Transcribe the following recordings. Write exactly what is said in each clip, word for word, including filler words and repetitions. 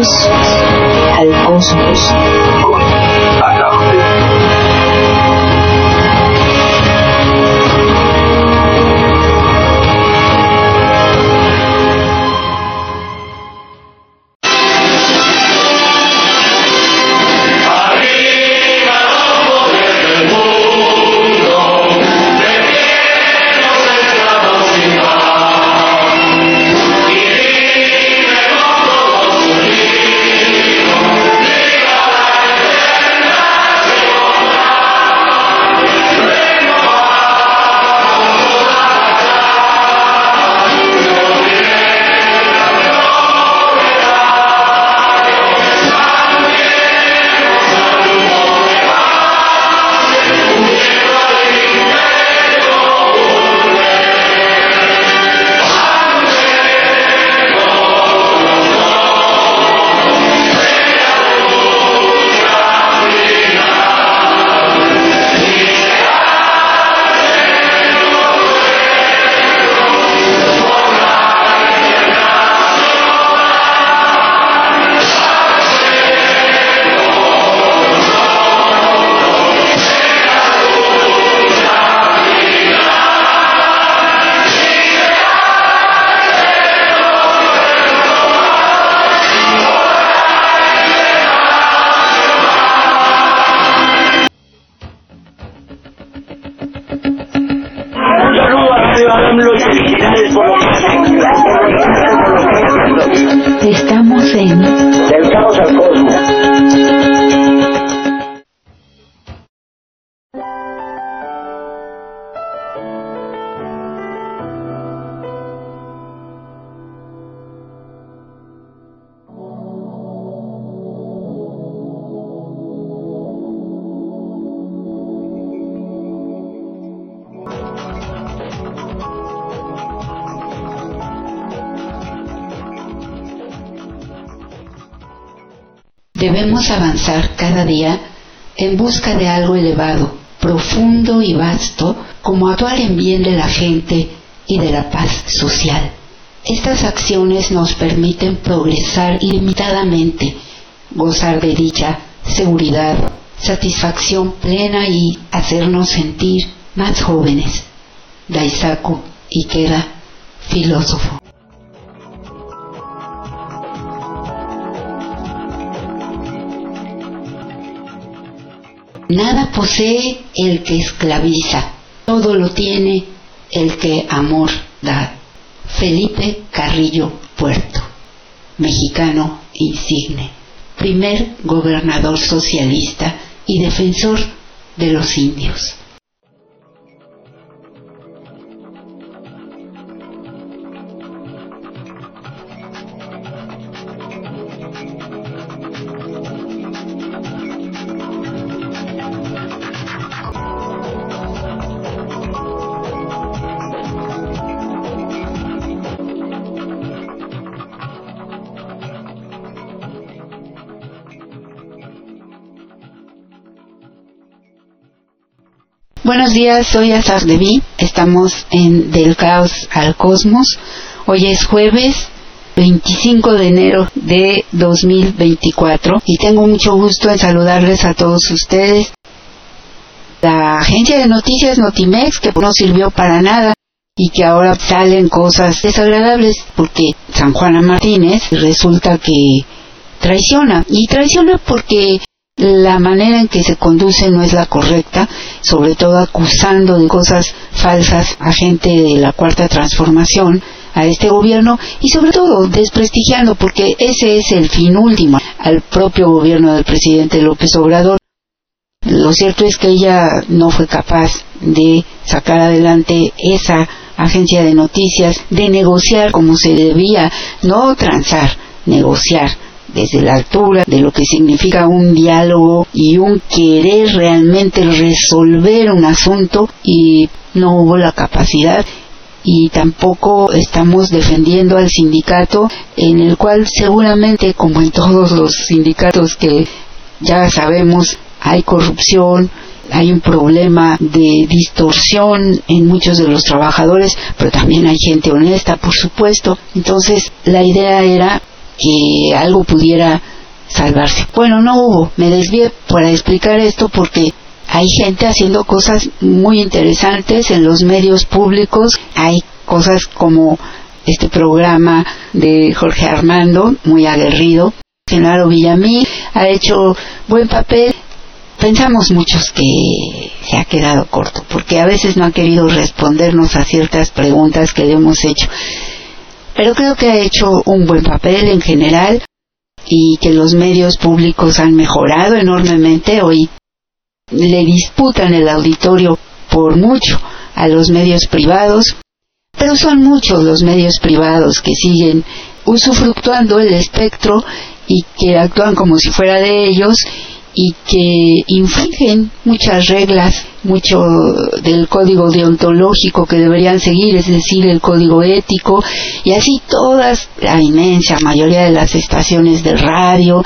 caos al cosmos. Estamos en Del Caos al Cosmos. Debemos avanzar cada día en busca de algo elevado, profundo y vasto, como actuar en bien de la gente y de la paz social. Estas acciones nos permiten progresar ilimitadamente, gozar de dicha, seguridad, satisfacción plena y hacernos sentir más jóvenes. Daisaku Ikeda, filósofo. Nada posee el que esclaviza, todo lo tiene el que amor da. Felipe Carrillo Puerto, mexicano insigne, primer gobernador socialista y defensor de los indios. Buenos días, soy Azar Devi, estamos en Del Caos al Cosmos. Hoy es jueves veinticinco de enero de dos mil veinticuatro y tengo mucho gusto en saludarles a todos ustedes. La agencia de noticias Notimex, que no sirvió para nada y que ahora salen cosas desagradables porque San Juana Martínez resulta que traiciona, y traiciona porque la manera en que se conduce no es la correcta, sobre todo acusando de cosas falsas a gente de la Cuarta Transformación, a este gobierno, y sobre todo desprestigiando, porque ese es el fin último, al propio gobierno del presidente López Obrador. Lo cierto es que ella no fue capaz de sacar adelante esa agencia de noticias, de negociar como se debía, no transar, negociar desde la altura de lo que significa un diálogo y un querer realmente resolver un asunto, y no hubo la capacidad. Y tampoco estamos defendiendo al sindicato, en el cual seguramente, como en todos los sindicatos que ya sabemos, hay corrupción, hay un problema de distorsión en muchos de los trabajadores, pero también hay gente honesta, por supuesto. Entonces la idea era que algo pudiera salvarse. Bueno, no hubo. Me desvié para explicar esto porque hay gente haciendo cosas muy interesantes en los medios públicos. Hay cosas como este programa de Jorge Armando, muy aguerrido. Genaro Villamil ha hecho buen papel. Pensamos muchos que se ha quedado corto, porque a veces no ha querido respondernos a ciertas preguntas que le hemos hecho. Pero creo que ha hecho un buen papel en general y que los medios públicos han mejorado enormemente. Hoy le disputan el auditorio por mucho a los medios privados, pero son muchos los medios privados que siguen usufructuando el espectro y que actúan como si fuera de ellos y que infringen muchas reglas, mucho del código deontológico que deberían seguir, es decir, el código ético, y así todas, la inmensa mayoría de las estaciones de radio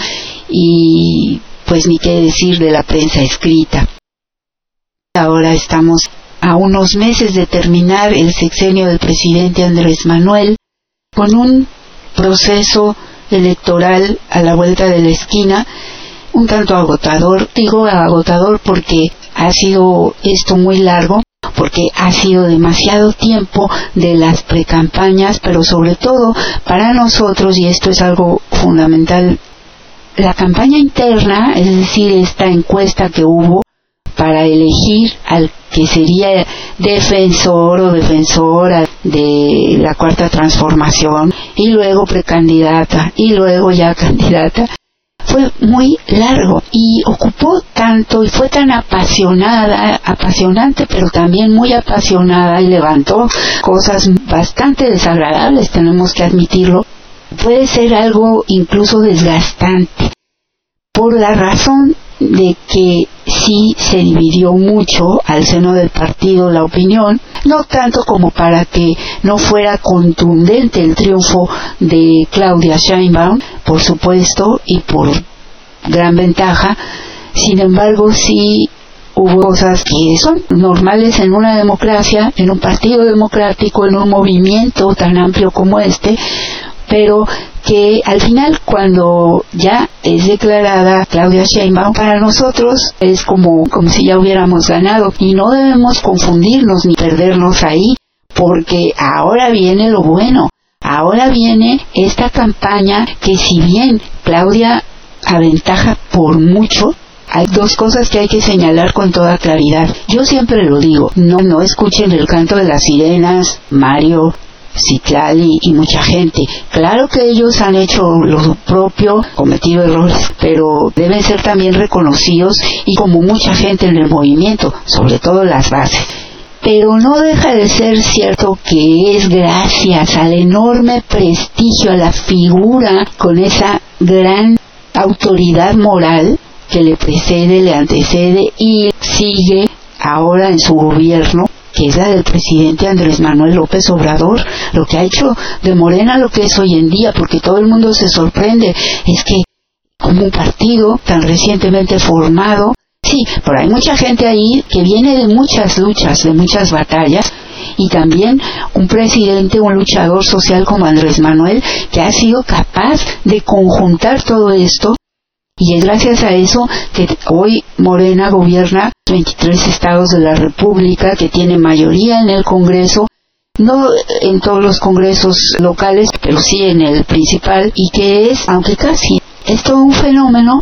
y pues ni qué decir de la prensa escrita. Ahora estamos a unos meses de terminar el sexenio del presidente Andrés Manuel, con un proceso electoral a la vuelta de la esquina, un tanto agotador. Digo agotador porque ha sido esto muy largo, porque ha sido demasiado tiempo de las precampañas, pero sobre todo para nosotros, y esto es algo fundamental, la campaña interna, es decir, esta encuesta que hubo para elegir al que sería defensor o defensora de la Cuarta Transformación, y luego precandidata, y luego ya candidata, fue muy largo y ocupó tanto y fue tan apasionada, apasionante, pero también muy apasionada, y levantó cosas bastante desagradables, tenemos que admitirlo. Puede ser algo incluso desgastante, por la razón de que sí se dividió mucho al seno del partido la opinión, no tanto como para que no fuera contundente el triunfo de Claudia Sheinbaum, por supuesto, y por gran ventaja. Sin embargo, sí hubo cosas que son normales en una democracia, en un partido democrático, en un movimiento tan amplio como este, pero que al final, cuando ya es declarada Claudia Sheinbaum, para nosotros es como, como si ya hubiéramos ganado, y no debemos confundirnos ni perdernos ahí, porque ahora viene lo bueno, ahora viene esta campaña que, si bien Claudia aventaja por mucho, hay dos cosas que hay que señalar con toda claridad. Yo siempre lo digo, no, no escuchen el canto de las sirenas, Mario, Citlali y mucha gente. Claro que ellos han hecho lo propio, cometido errores, pero deben ser también reconocidos, y como mucha gente en el movimiento, sobre todo las bases. Pero no deja de ser cierto que es gracias al enorme prestigio, a la figura con esa gran autoridad moral que le precede, le antecede y sigue ahora en su gobierno, que es la del presidente Andrés Manuel López Obrador. Lo que ha hecho de Morena lo que es hoy en día, porque todo el mundo se sorprende, es que como un partido tan recientemente formado, sí, pero hay mucha gente ahí que viene de muchas luchas, de muchas batallas, y también un presidente, un luchador social como Andrés Manuel, que ha sido capaz de conjuntar todo esto, y es gracias a eso que hoy Morena gobierna veintitrés estados de la República, que tiene mayoría en el Congreso, no en todos los congresos locales, pero sí en el principal, y que es, aunque casi, es todo un fenómeno.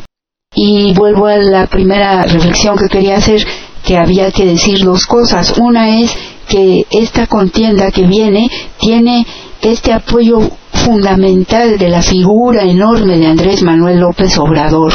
Y vuelvo a la primera reflexión que quería hacer, que había que decir dos cosas. Una es que esta contienda que viene tiene este apoyo fundamental de la figura enorme de Andrés Manuel López Obrador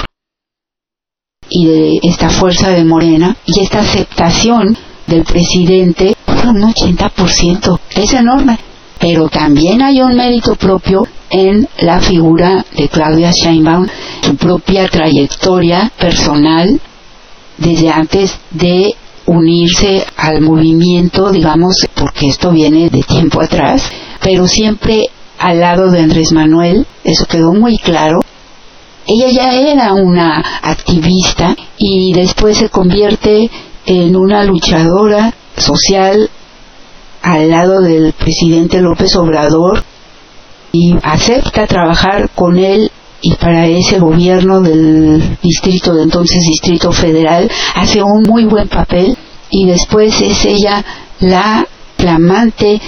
y de esta fuerza de Morena, y esta aceptación del presidente por un ochenta por ciento. Es enorme, pero también hay un mérito propio en la figura de Claudia Sheinbaum, su propia trayectoria personal desde antes de unirse al movimiento, digamos, porque esto viene de tiempo atrás, pero siempre al lado de Andrés Manuel. Eso quedó muy claro. Ella ya era una activista y después se convierte en una luchadora social al lado del presidente López Obrador, y acepta trabajar con él y para ese gobierno del distrito, de entonces Distrito Federal, hace un muy buen papel y después es ella la flamante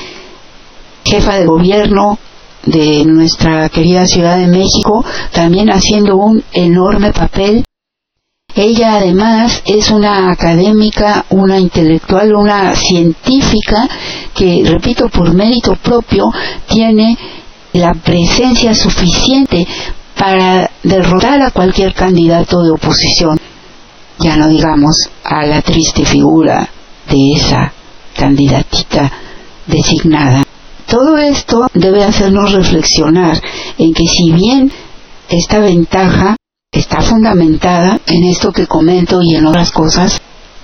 jefa de gobierno de nuestra querida Ciudad de México, también haciendo un enorme papel. Ella además es una académica, una intelectual, una científica que, repito, por mérito propio, tiene la presencia suficiente para derrotar a cualquier candidato de oposición. Ya no digamos a la triste figura de esa candidatita designada. Todo esto debe hacernos reflexionar en que si bien esta ventaja está fundamentada en esto que comento y en otras cosas,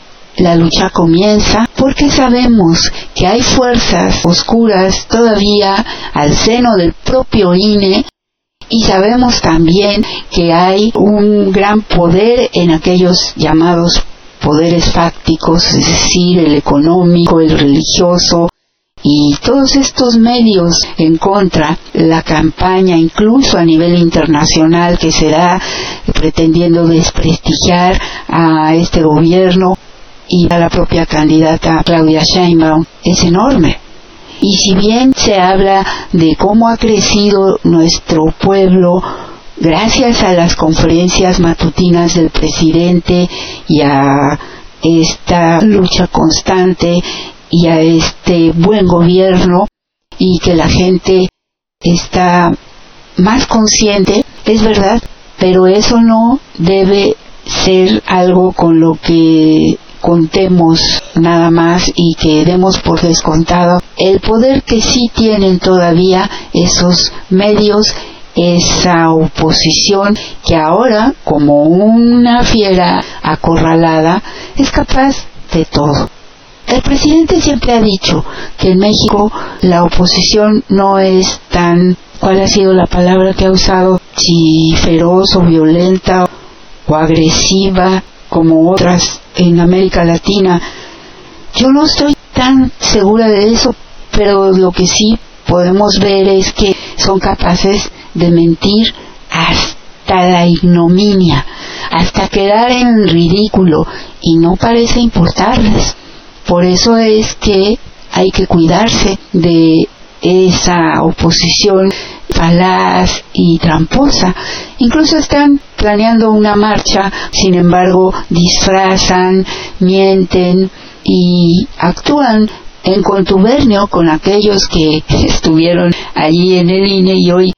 la lucha comienza porque sabemos que hay fuerzas oscuras todavía al seno del propio I N E y sabemos también que hay un gran poder en aquellos llamados poderes fácticos, es decir, el económico, el religioso, y todos estos medios en contra, la campaña incluso a nivel internacional que se da pretendiendo desprestigiar a este gobierno y a la propia candidata Claudia Sheinbaum, es enorme. Y si bien se habla de cómo ha crecido nuestro pueblo gracias a las conferencias matutinas del presidente y a esta lucha constante y a este buen gobierno, y que la gente está más consciente, es verdad, pero eso no debe ser algo con lo que contemos nada más y que demos por descontado el poder que sí tienen todavía esos medios, esa oposición que ahora, como una fiera acorralada, es capaz de todo. El presidente siempre ha dicho que en México la oposición no es tan, ¿cuál ha sido la palabra que ha usado? Si feroz o violenta o agresiva como otras en América Latina. Yo no estoy tan segura de eso, pero lo que sí podemos ver es que son capaces de mentir hasta la ignominia, hasta quedar en ridículo, y no parece importarles. Por eso es que hay que cuidarse de esa oposición falaz y tramposa. Incluso están planeando una marcha, sin embargo disfrazan, mienten y actúan en contubernio con aquellos que estuvieron allí en el I N E y hoy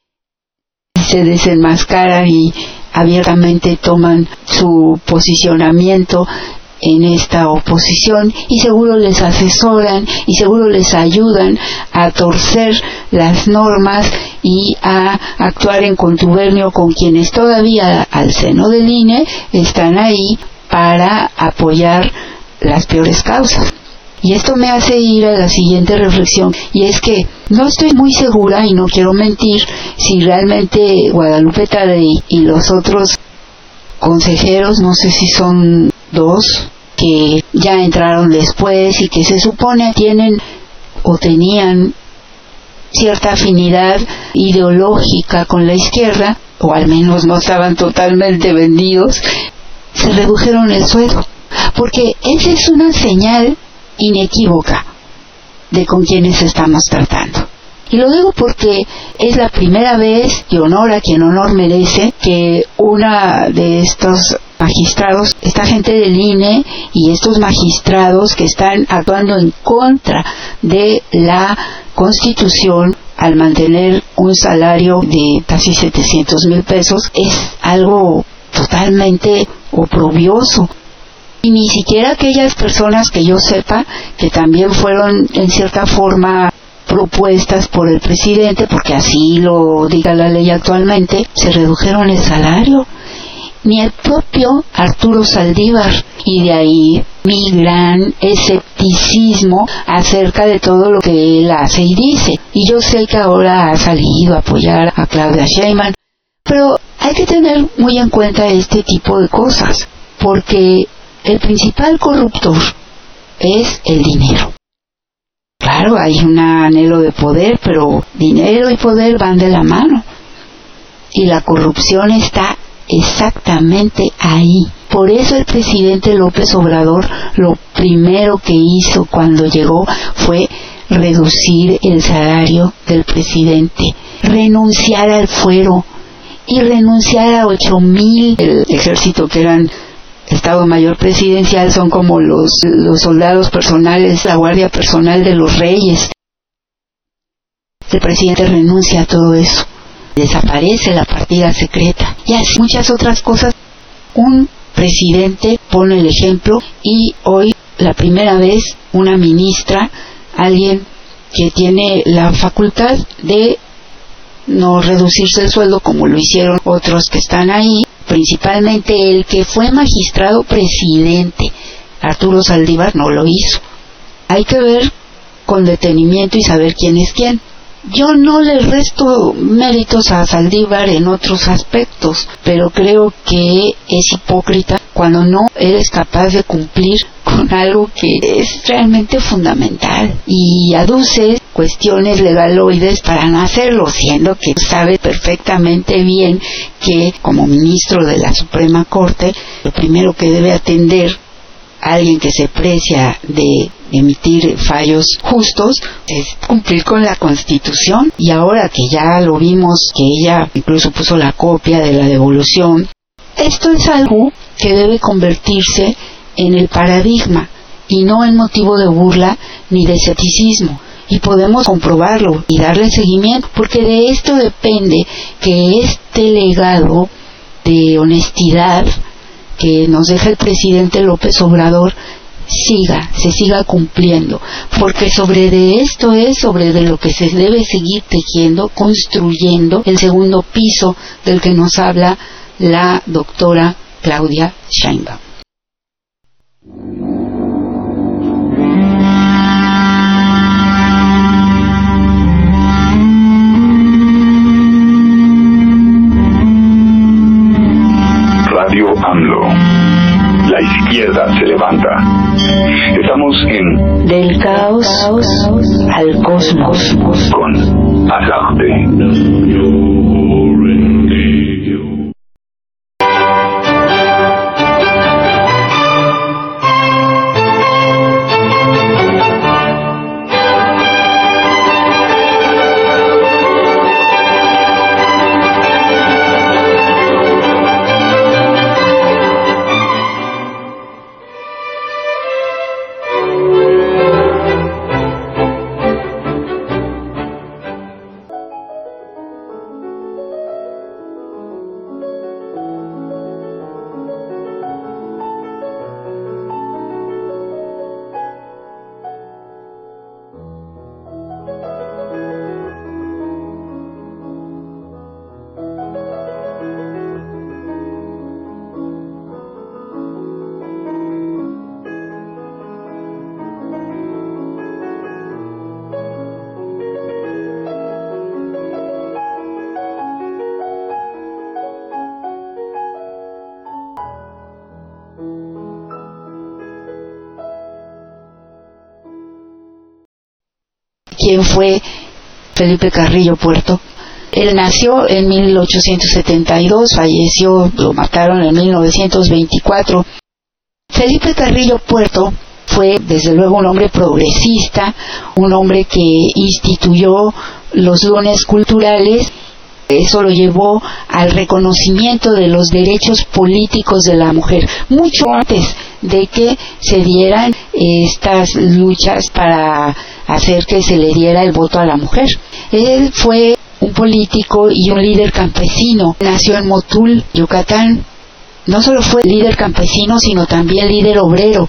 se desenmascaran y abiertamente toman su posicionamiento en esta oposición, y seguro les asesoran y seguro les ayudan a torcer las normas y a actuar en contubernio con quienes todavía al seno del I N E están ahí para apoyar las peores causas. Y esto me hace ir a la siguiente reflexión, y es que no estoy muy segura, y no quiero mentir, si realmente Guadalupe Tadei y los otros consejeros, no sé si son dos, que ya entraron después y que se supone tienen o tenían cierta afinidad ideológica con la izquierda, o al menos no estaban totalmente vendidos, se redujeron el sueldo, porque esa es una señal inequívoca de con quienes estamos tratando. Y lo digo porque es la primera vez, y honor a quien honor merece, que una de estos magistrados, esta gente del I N E y estos magistrados que están actuando en contra de la Constitución al mantener un salario de casi setecientos mil pesos, es algo totalmente oprobioso. Y ni siquiera aquellas personas que yo sepa que también fueron en cierta forma propuestas por el presidente, porque así lo diga la ley actualmente, se redujeron el salario. Ni el propio Arturo Saldívar, y de ahí mi gran escepticismo acerca de todo lo que él hace y dice. Y yo sé que ahora ha salido a apoyar a Claudia Sheinbaum, pero hay que tener muy en cuenta este tipo de cosas, porque el principal corruptor es el dinero. Claro, hay un anhelo de poder, pero dinero y poder van de la mano. Y la corrupción está exactamente ahí. Por eso el presidente López Obrador lo primero que hizo cuando llegó fue reducir el salario del presidente, renunciar al fuero y renunciar a ocho mil. El ejército, que eran Estado Mayor Presidencial, son como los, los soldados personales, la guardia personal de los reyes. El presidente renuncia a todo eso. Desaparece la partida secreta y así muchas otras cosas. Un presidente pone el ejemplo y hoy, la primera vez, una ministra, alguien que tiene la facultad de no reducirse el sueldo como lo hicieron otros que están ahí, principalmente el que fue magistrado presidente, Arturo Saldívar, no lo hizo. Hay que ver con detenimiento y saber quién es quién. Yo no le resto méritos a Saldívar en otros aspectos, pero creo que es hipócrita cuando no eres capaz de cumplir con algo que es realmente fundamental y aduces cuestiones legaloides para no hacerlo, siendo que sabe perfectamente bien que como ministro de la Suprema Corte, lo primero que debe atender alguien que se precia de emitir fallos justos es cumplir con la Constitución. Y ahora que ya lo vimos, que ella incluso puso la copia de la devolución, esto es algo que debe convertirse en el paradigma y no en motivo de burla ni de escepticismo. Y podemos comprobarlo y darle seguimiento, porque de esto depende que este legado de honestidad que nos deja el presidente López Obrador siga, se siga cumpliendo, porque sobre de esto es sobre de lo que se debe seguir tejiendo, construyendo el segundo piso del que nos habla la doctora Claudia Sheinbaum. Radio AMLO. La izquierda se levanta. Estamos en Del caos al cosmos. Con Azarte. ¿Quién fue Felipe Carrillo Puerto? Él nació en mil ochocientos setenta y dos, falleció, lo mataron en mil novecientos veinticuatro. Felipe Carrillo Puerto fue desde luego un hombre progresista, un hombre que instituyó los lunes culturales. Eso lo llevó al reconocimiento de los derechos políticos de la mujer, mucho antes de que se dieran estas luchas para hacer que se le diera el voto a la mujer. Él fue un político y un líder campesino. Nació en Motul, Yucatán. No solo fue líder campesino, sino también líder obrero.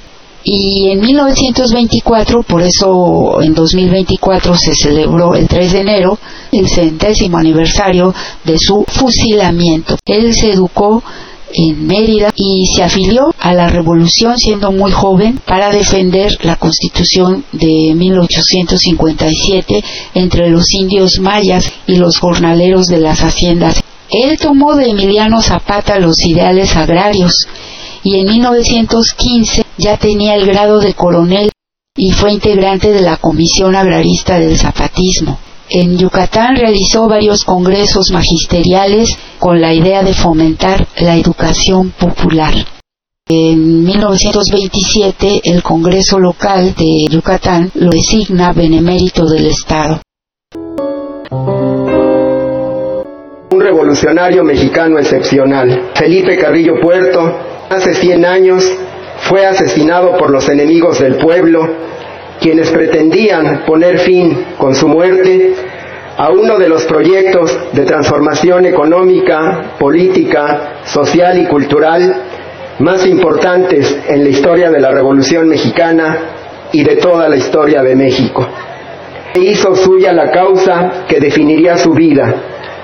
Y en mil novecientos veinticuatro, por eso en dos mil veinticuatro se celebró el tres de enero, el centésimo aniversario de su fusilamiento. Él se educó en Mérida y se afilió a la revolución siendo muy joven para defender la Constitución de mil ochocientos cincuenta y siete entre los indios mayas y los jornaleros de las haciendas. Él tomó de Emiliano Zapata los ideales agrarios y en mil novecientos quince ya tenía el grado de coronel y fue integrante de la Comisión Agrarista del Zapatismo. En Yucatán realizó varios congresos magisteriales con la idea de fomentar la educación popular. En mil novecientos veintisiete, el Congreso Local de Yucatán lo designa benemérito del Estado. Un revolucionario mexicano excepcional, Felipe Carrillo Puerto, hace cien años fue asesinado por los enemigos del pueblo, quienes pretendían poner fin con su muerte a uno de los proyectos de transformación económica, política, social y cultural más importantes en la historia de la Revolución Mexicana y de toda la historia de México. Hizo suya la causa que definiría su vida: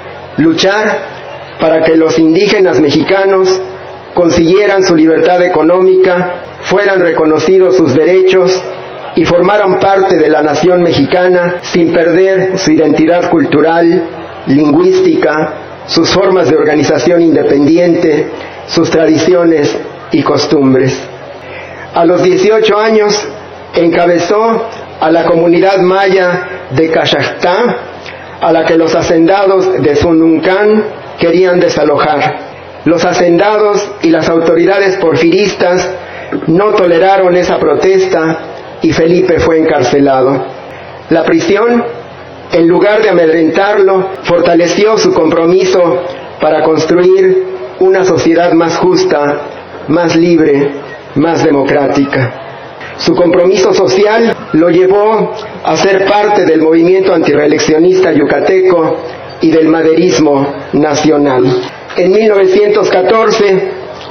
luchar para que los indígenas mexicanos consiguieran su libertad económica, fueran reconocidos sus derechos y formaran parte de la nación mexicana sin perder su identidad cultural, lingüística, sus formas de organización independiente, sus tradiciones y costumbres. A los dieciocho años encabezó a la comunidad maya de Caxachtá, a la que los hacendados de Zununcán querían desalojar. Los hacendados y las autoridades porfiristas no toleraron esa protesta y Felipe fue encarcelado. La prisión, en lugar de amedrentarlo, fortaleció su compromiso para construir una sociedad más justa, más libre, más democrática. Su compromiso social lo llevó a ser parte del movimiento antirreeleccionista yucateco y del maderismo nacional. En mil novecientos catorce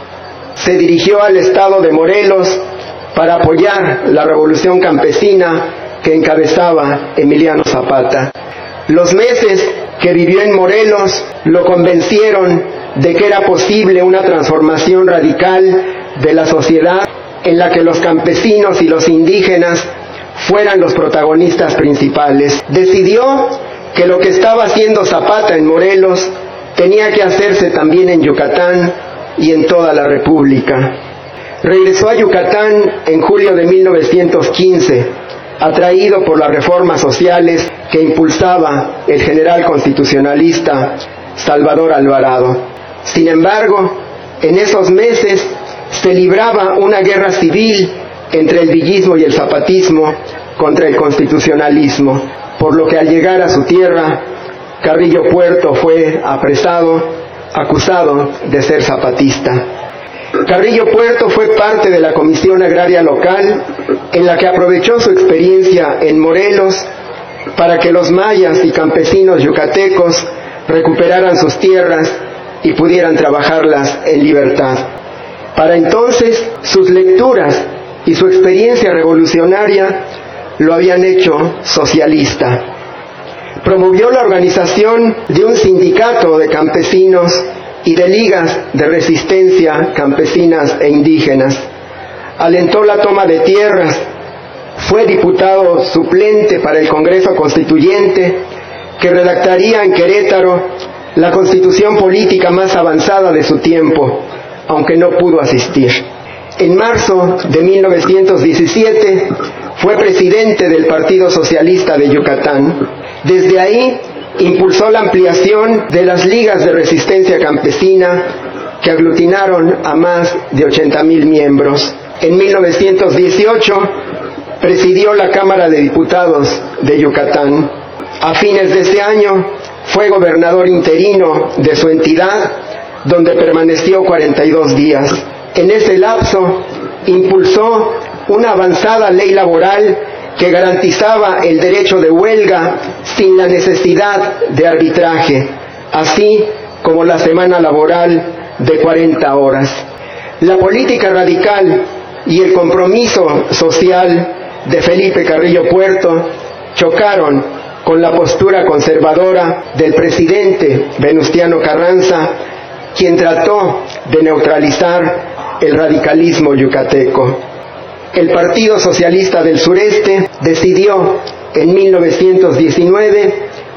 se dirigió al estado de Morelos para apoyar la revolución campesina que encabezaba Emiliano Zapata. Los meses que vivió en Morelos lo convencieron de que era posible una transformación radical de la sociedad en la que los campesinos y los indígenas fueran los protagonistas principales. Decidió que lo que estaba haciendo Zapata en Morelos tenía que hacerse también en Yucatán y en toda la República. Regresó a Yucatán en julio de mil novecientos quince, atraído por las reformas sociales que impulsaba el general constitucionalista Salvador Alvarado. Sin embargo, en esos meses se libraba una guerra civil entre el villismo y el zapatismo contra el constitucionalismo, por lo que al llegar a su tierra, Carrillo Puerto fue apresado, acusado de ser zapatista. Carrillo Puerto fue parte de la Comisión Agraria Local, en la que aprovechó su experiencia en Morelos para que los mayas y campesinos yucatecos recuperaran sus tierras y pudieran trabajarlas en libertad. Para entonces, sus lecturas y su experiencia revolucionaria lo habían hecho socialista. Promovió la organización de un sindicato de campesinos y de ligas de resistencia campesinas e indígenas. Alentó la toma de tierras, fue diputado suplente para el Congreso Constituyente, que redactaría en Querétaro la constitución política más avanzada de su tiempo, aunque no pudo asistir. En marzo de mil novecientos diecisiete fue presidente del Partido Socialista de Yucatán. Desde ahí impulsó la ampliación de las ligas de resistencia campesina, que aglutinaron a más de ochenta mil miembros. En mil novecientos dieciocho presidió la Cámara de Diputados de Yucatán. A fines de ese año fue gobernador interino de su entidad, donde permaneció cuarenta y dos días. En ese lapso impulsó una avanzada ley laboral que garantizaba el derecho de huelga sin la necesidad de arbitraje, así como la semana laboral de cuarenta horas. La política radical y el compromiso social de Felipe Carrillo Puerto chocaron con la postura conservadora del presidente Venustiano Carranza, quien trató de neutralizar el radicalismo yucateco. El Partido Socialista del Sureste decidió en mil novecientos diecinueve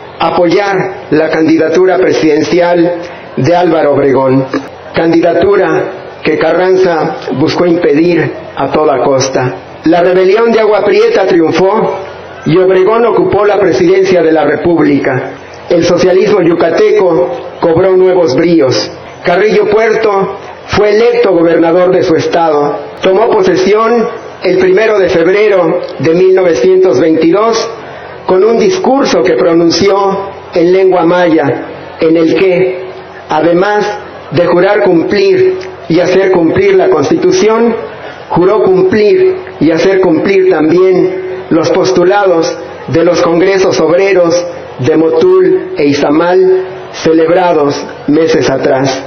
apoyar la candidatura presidencial de Álvaro Obregón, candidatura que Carranza buscó impedir a toda costa. La rebelión de Agua Prieta triunfó y Obregón ocupó la presidencia de la República. El socialismo yucateco cobró nuevos bríos. Carrillo Puerto fue electo gobernador de su estado. Tomó posesión el primero de febrero de mil novecientos veintidós con un discurso que pronunció en lengua maya, en el que, además de jurar cumplir y hacer cumplir la Constitución, juró cumplir y hacer cumplir también los postulados de los congresos obreros de Motul e Izamal celebrados meses atrás.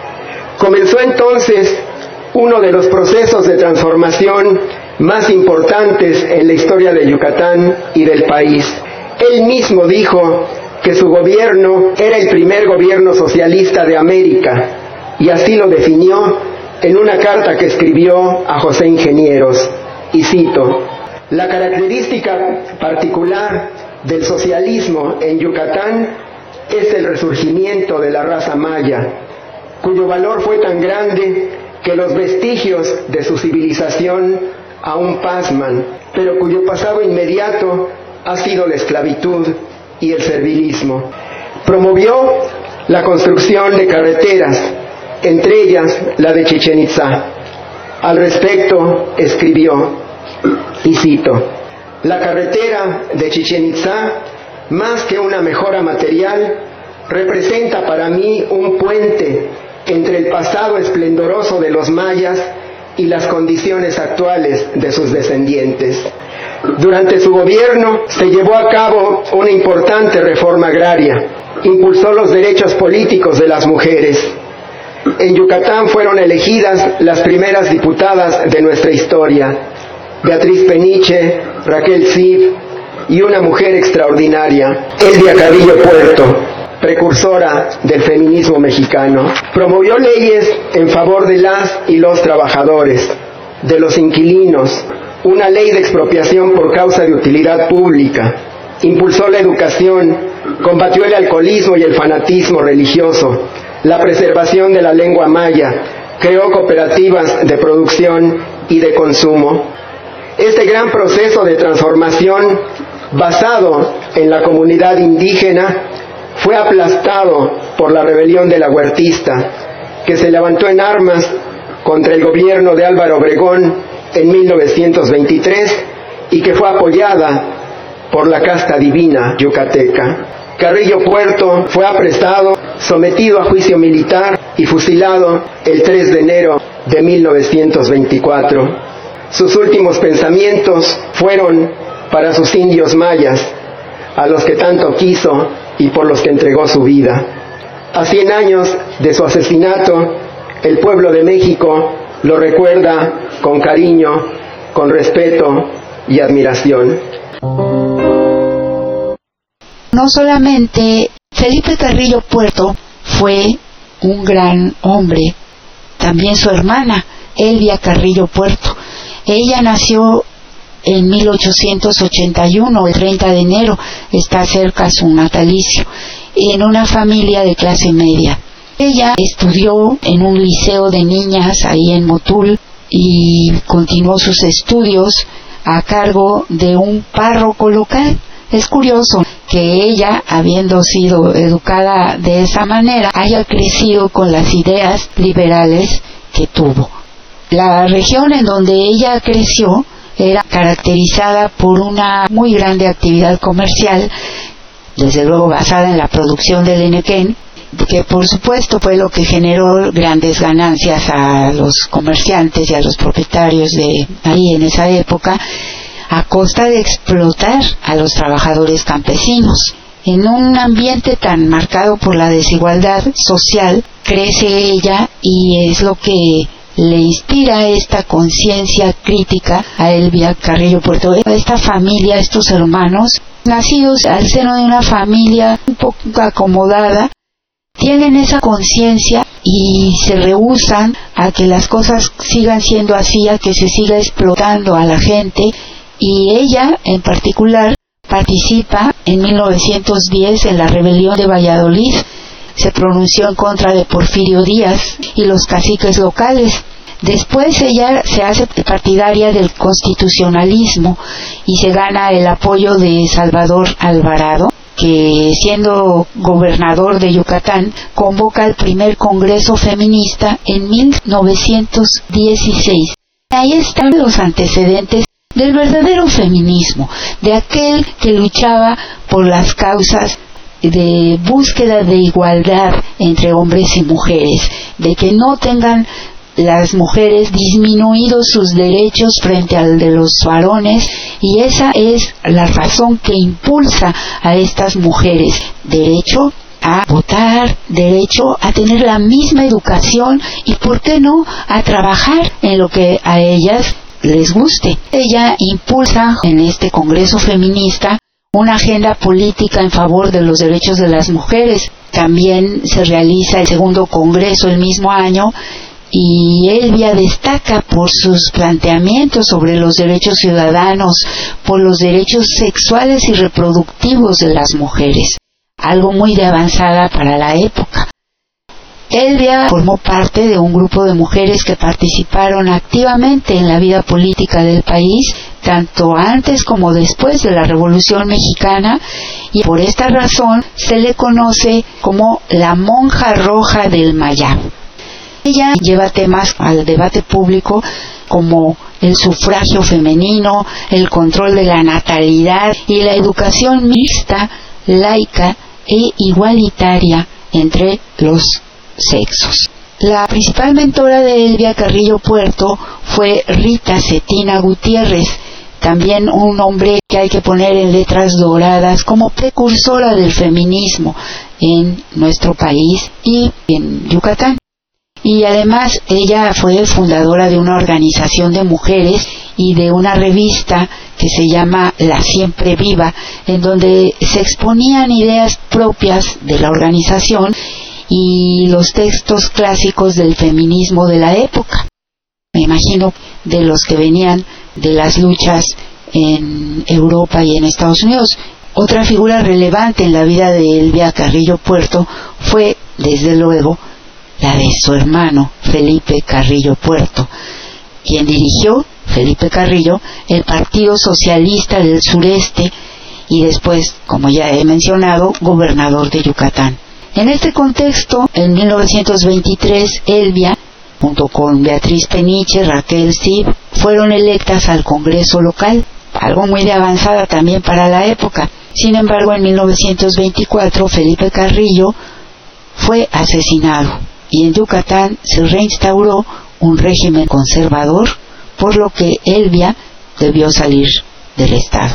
Comenzó entonces uno de los procesos de transformación más importantes en la historia de Yucatán y del país. Él mismo dijo que su gobierno era el primer gobierno socialista de América, y así lo definió en una carta que escribió a José Ingenieros, y cito: la característica particular del socialismo en Yucatán es el resurgimiento de la raza maya, cuyo valor fue tan grande que los vestigios de su civilización aún pasman, pero cuyo pasado inmediato ha sido la esclavitud y el servilismo. Promovió la construcción de carreteras, entre ellas la de Chichén Itzá. Al respecto escribió, y cito: la carretera de Chichén Itzá, más que una mejora material, representa para mí un puente entre el pasado esplendoroso de los mayas y las condiciones actuales de sus descendientes. Durante su gobierno se llevó a cabo una importante reforma agraria, impulsó los derechos políticos de las mujeres. En Yucatán fueron elegidas las primeras diputadas de nuestra historia, Beatriz Peniche, Raquel Cid y una mujer extraordinaria, Elvia Carrillo Puerto, precursora del feminismo mexicano. Promovió leyes en favor de las y los trabajadores, de los inquilinos, una ley de expropiación por causa de utilidad pública. Impulsó la educación, combatió el alcoholismo y el fanatismo religioso, la preservación de la lengua maya, creó cooperativas de producción y de consumo. Este gran proceso de transformación, basado en la comunidad indígena, fue aplastado por la rebelión de la Huertista, que se levantó en armas contra el gobierno de Álvaro Obregón en mil novecientos veintitrés y que fue apoyada por la casta divina yucateca. Carrillo Puerto fue apresado, sometido a juicio militar y fusilado el tres de enero de mil novecientos veinticuatro. Sus últimos pensamientos fueron para sus indios mayas, a los que tanto quiso y por los que entregó su vida. A cien años de su asesinato, el pueblo de México lo recuerda con cariño, con respeto y admiración. No solamente Felipe Carrillo Puerto fue un gran hombre, también su hermana, Elvia Carrillo Puerto. Ella nació en mil ochocientos ochenta y uno, el treinta de enero, está cerca su natalicio, en una familia de clase media. Ella estudió en un liceo de niñas ahí en Motul y continuó sus estudios a cargo de un párroco local. Es curioso que ella, habiendo sido educada de esa manera, haya crecido con las ideas liberales que tuvo. La región en donde ella creció era caracterizada por una muy grande actividad comercial, desde luego basada en la producción del henequén, que por supuesto fue lo que generó grandes ganancias a los comerciantes y a los propietarios de ahí en esa época, a costa de explotar a los trabajadores campesinos. En un ambiente tan marcado por la desigualdad social, crece ella y es lo que le inspira esta conciencia crítica a Elvia Carrillo Puerto. Esta familia, estos hermanos, nacidos al seno de una familia un poco acomodada, tienen esa conciencia y se rehúsan a que las cosas sigan siendo así, a que se siga explotando a la gente, y ella en particular participa en mil novecientos diez en la rebelión de Valladolid. Se pronunció en contra de Porfirio Díaz y los caciques locales. Después ella se hace partidaria del constitucionalismo y se gana el apoyo de Salvador Alvarado, que siendo gobernador de Yucatán convoca el primer Congreso Feminista en mil novecientos dieciséis. Ahí están los antecedentes del verdadero feminismo, de aquel que luchaba por las causas de búsqueda de igualdad entre hombres y mujeres, de que no tengan las mujeres disminuidos sus derechos frente al de los varones, y esa es la razón que impulsa a estas mujeres: derecho a votar, derecho a tener la misma educación y, ¿por qué no?, a trabajar en lo que a ellas les guste. Ella impulsa en este Congreso Feminista una agenda política en favor de los derechos de las mujeres. También se realiza el segundo Congreso el mismo año, y Elvia destaca por sus planteamientos sobre los derechos ciudadanos, por los derechos sexuales y reproductivos de las mujeres, algo muy de avanzada para la época. Elvia formó parte de un grupo de mujeres que participaron activamente en la vida política del país, tanto antes como después de la Revolución Mexicana, y por esta razón se le conoce como la Monja Roja del Mayab. Ella lleva temas al debate público como el sufragio femenino, el control de la natalidad y la educación mixta, laica e igualitaria entre los sexos. La principal mentora de Elvia Carrillo Puerto fue Rita Cetina Gutiérrez, también un nombre que hay que poner en letras doradas como precursora del feminismo en nuestro país y en Yucatán. Y además ella fue fundadora de una organización de mujeres y de una revista que se llama La Siempre Viva, en donde se exponían ideas propias de la organización y los textos clásicos del feminismo de la época. Me imagino de los que venían de las luchas en Europa y en Estados Unidos. Otra figura relevante en la vida de Elvia Carrillo Puerto fue, desde luego, la de su hermano Felipe Carrillo Puerto, quien dirigió, Felipe Carrillo, el Partido Socialista del Sureste y después, como ya he mencionado, gobernador de Yucatán. En este contexto, en mil novecientos veintitrés, Elvia, junto con Beatriz Peniche, Raquel Cid, fueron electas al Congreso local, algo muy de avanzada también para la época. Sin embargo, en mil novecientos veinticuatro, Felipe Carrillo fue asesinado y en Yucatán se reinstauró un régimen conservador, por lo que Elvia debió salir del estado.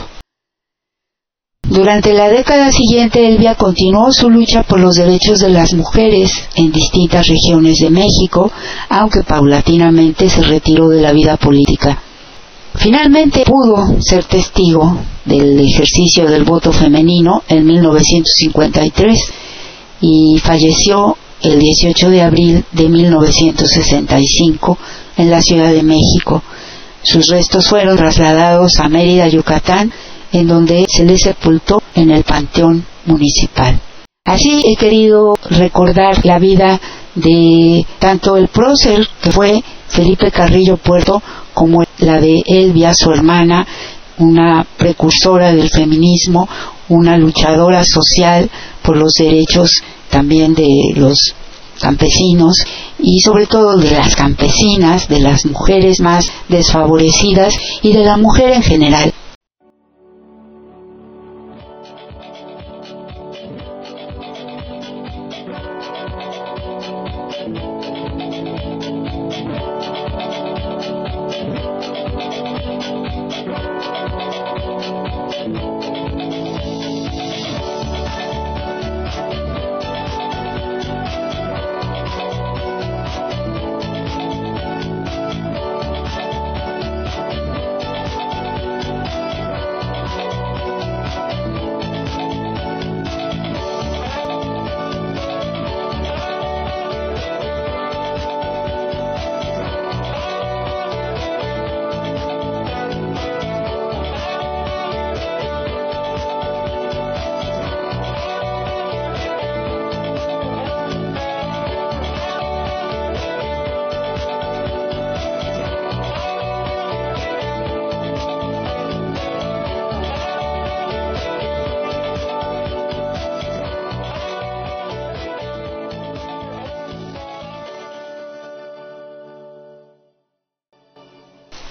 Durante la década siguiente, Elvia continuó su lucha por los derechos de las mujeres en distintas regiones de México, aunque paulatinamente se retiró de la vida política. Finalmente pudo ser testigo del ejercicio del voto femenino en mil novecientos cincuenta y tres y falleció el dieciocho de abril de mil novecientos sesenta y cinco en la Ciudad de México. Sus restos fueron trasladados a Mérida, Yucatán, en donde se le sepultó en el Panteón Municipal. Así he querido recordar la vida de tanto el prócer, que fue Felipe Carrillo Puerto, como la de Elvia, su hermana, una precursora del feminismo, una luchadora social por los derechos también de los campesinos y sobre todo de las campesinas, de las mujeres más desfavorecidas y de la mujer en general.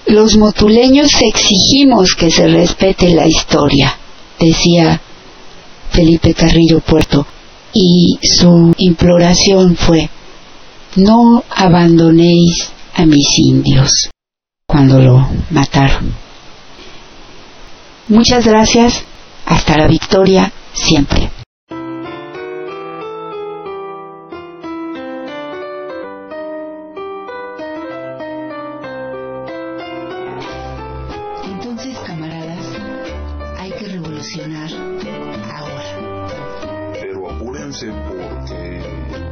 Los motuleños exigimos que se respete la historia, decía Felipe Carrillo Puerto, y su imploración fue: no abandonéis a mis indios, cuando lo mataron. Muchas gracias, hasta la victoria siempre. Entonces, camaradas, hay que revolucionar ahora. Pero apúrense porque